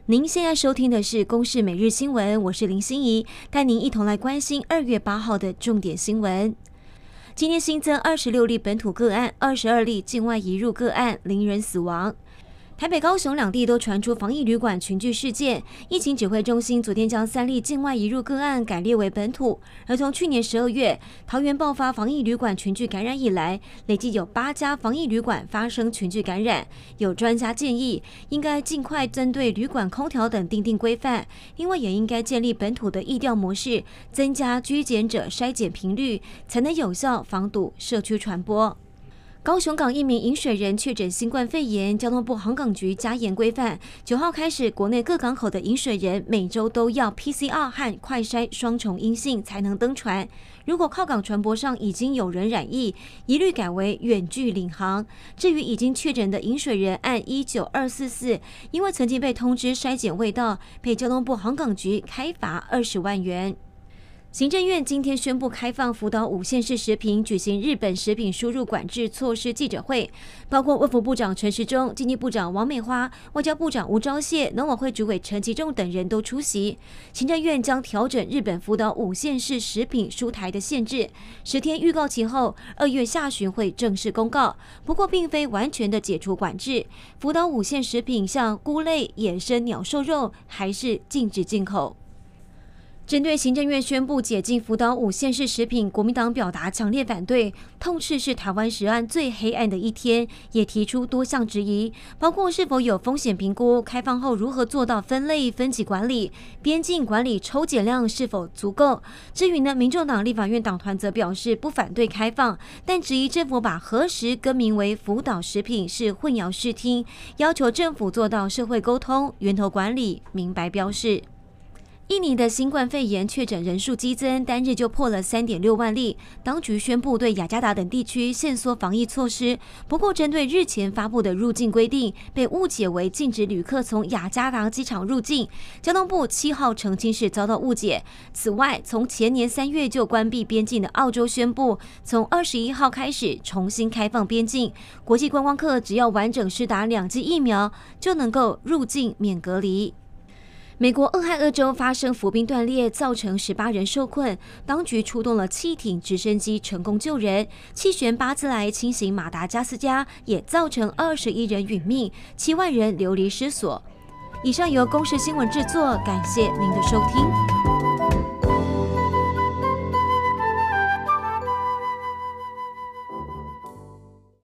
您现在收听的是《公视每日新闻》，我是林心怡，带您一同来关心2月8号的重点新闻。今天新增26例本土个案，22例境外移入个案，0人死亡。台北、高雄两地都传出防疫旅馆群聚事件，疫情指挥中心昨天将3例境外移入个案改列为本土。而从去年12月桃园爆发防疫旅馆群聚感染以来，累计有8家防疫旅馆发生群聚感染。有专家建议，应该尽快针对旅馆空调等订定规范，另外也应该建立本土的疫调模式，增加居检者筛检频率，才能有效防堵社区传播。高雄港一名饮水人确诊新冠肺炎，交通部航港局加严规范，9号开始，国内各港口的饮水人每周都要 PCR 和快筛双重阴性才能登船。如果靠港船舶上已经有人染疫，一律改为远距领航。至于已经确诊的饮水人，按19244，因为曾经被通知筛检未到，被交通部航港局开罚20万元。行政院今天宣布开放福岛5县市食品举行日本食品输入管制措施记者会，包括卫福部长陈时中、经济部长王美花、外交部长吴钊燮、农委会主委陈其仲等人都出席。行政院将调整日本福岛5县市食品输台的限制，10天预告期后，2月下旬会正式公告。不过，并非完全的解除管制，福岛5县食品像菇类、野生鸟兽肉还是禁止进口。针对行政院宣布解禁福岛5县市食品，国民党表达强烈反对，痛斥是台湾食安最黑暗的一天，也提出多项质疑，包括是否有风险评估、开放后如何做到分类分级管理、边境管理抽检量是否足够。至于民众党立法院党团则表示不反对开放，但质疑政府把核食更名为福岛食品是混淆视听，要求政府做到社会沟通、源头管理、明白标示。印尼的新冠肺炎确诊人数激增，单日就破了3.6万例。当局宣布对雅加达等地区限缩防疫措施，不过针对日前发布的入境规定，被误解为禁止旅客从雅加达机场入境。交通部7号澄清是遭到误解。此外，从前年3月就关闭边境的澳洲宣布，从21号开始重新开放边境，国际观光客只要完整施打2剂疫苗，就能够入境免隔离。美国俄亥俄州发生浮冰断裂，造成18人受困，当局出动了汽艇、直升机成功救人。气旋巴兹莱侵袭马达加斯加，也造成21人殒命，7万人流离失所。以上由公视新闻制作，感谢您的收听。